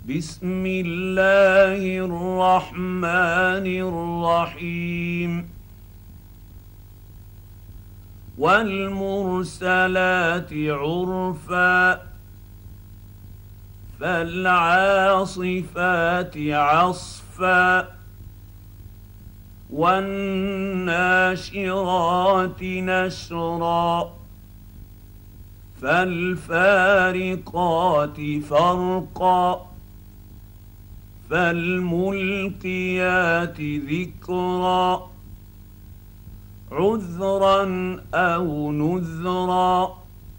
بسم الله الرحمن الرحيم والمرسلات عرفا فالعاصفات عصفا والناشرات نشرا فالفارقات فرقا فالملقيات ذكرا عذرا أو نذرا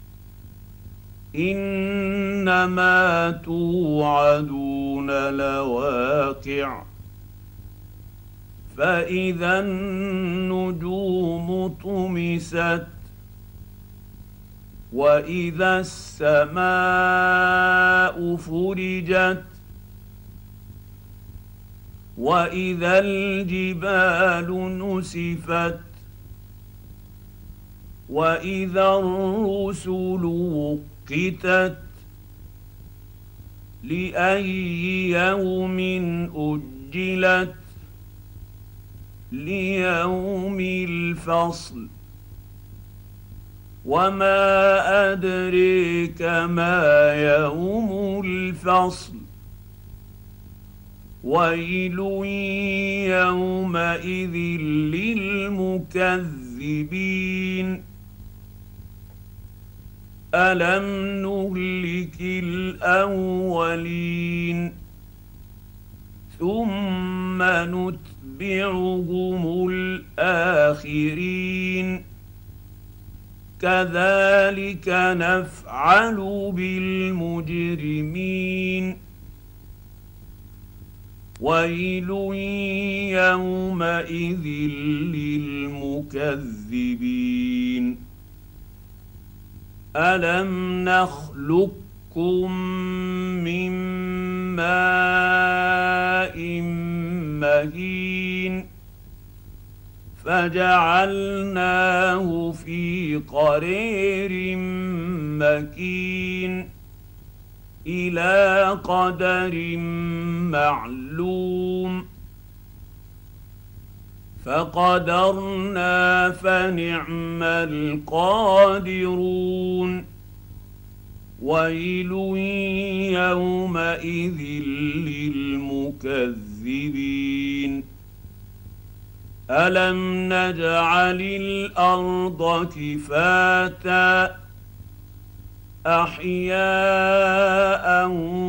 إنما توعدون لواقع فإذا النجوم طمست وإذا السماء فرجت وإذا الجبال نسفت وإذا الرسل وقتت لأي يوم أجلت ليوم الفصل وما أدريك ما يوم الفصل ويل يومئذ للمكذبين ألم نهلك الأولين ثم نتبعهم الآخرين كذلك نفعل بالمجرمين ويل يومئذ للمكذبين ألم نخلقكم من ماء مهين فجعلناه في قرير مكين إلى قدر معلوم فقدرنا فنعم القادرون ويل يومئذ للمكذبين ألم نجعل الأرض كفاتا أحياء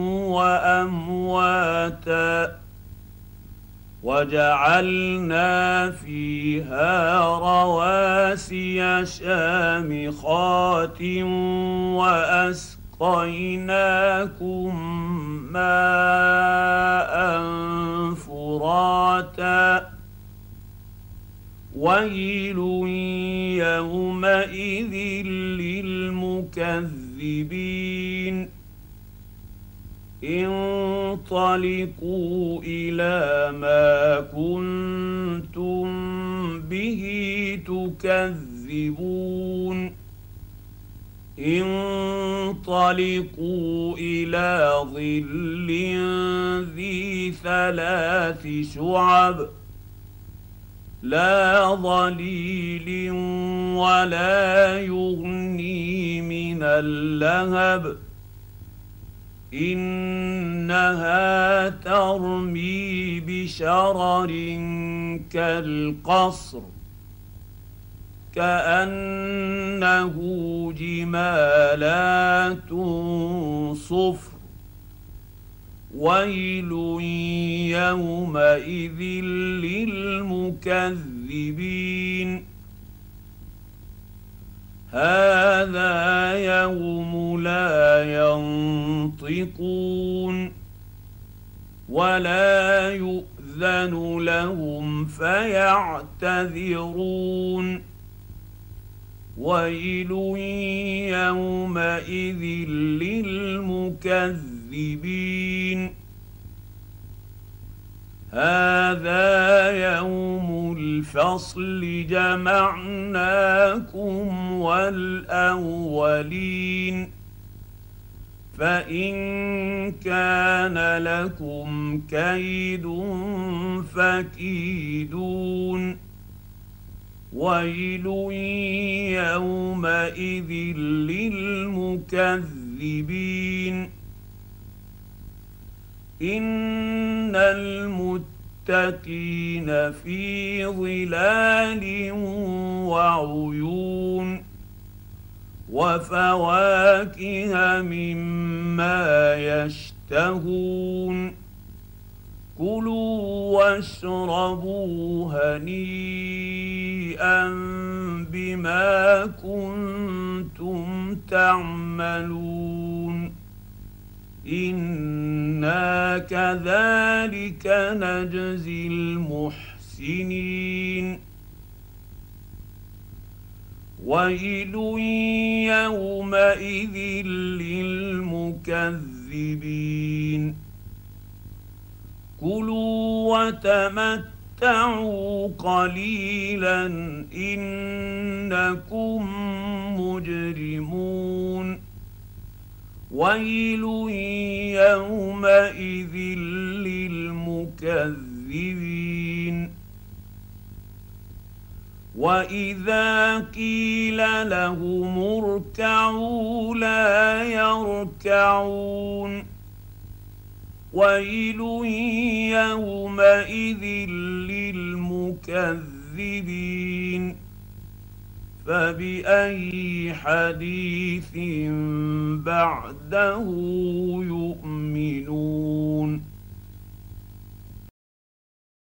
وأمواتا وجعلنا فيها رواسي شامخات وأسقيناكم ماء فراتا ويل يومئذ للمكذبين انطلقوا إلى ما كنتم به تكذبون انطلقوا إلى ظل ذي ثلاث شعب لا ظليل ولا يغني من اللهب إنها ترمي بشرر كالقصر كأنه جمالات صفر ويل يومئذ للمكذبين هذا يوم لا ينطقون ولا يؤذن لهم فيعتذرون ويل يومئذ للمكذبين هذا يوم الفصل جمعناكم والأولين فإن كان لكم كيد فكيدون ويل يومئذ للمكذبين إن المتقين في ظلال وعيون وفواكه مما يشتهون كلوا واشربوا هنيئا بما كنتم تعملون إنا كذلك نجزي المحسنين ويل يومئذ للمكذبين كلوا وتمتعوا قليلا إنكم مجرمون ويل يومئذ للمكذبين وإذا قيل لهم اركعوا لا يركعون ويل يومئذ للمكذبين فبأي حديث بعده يؤمنون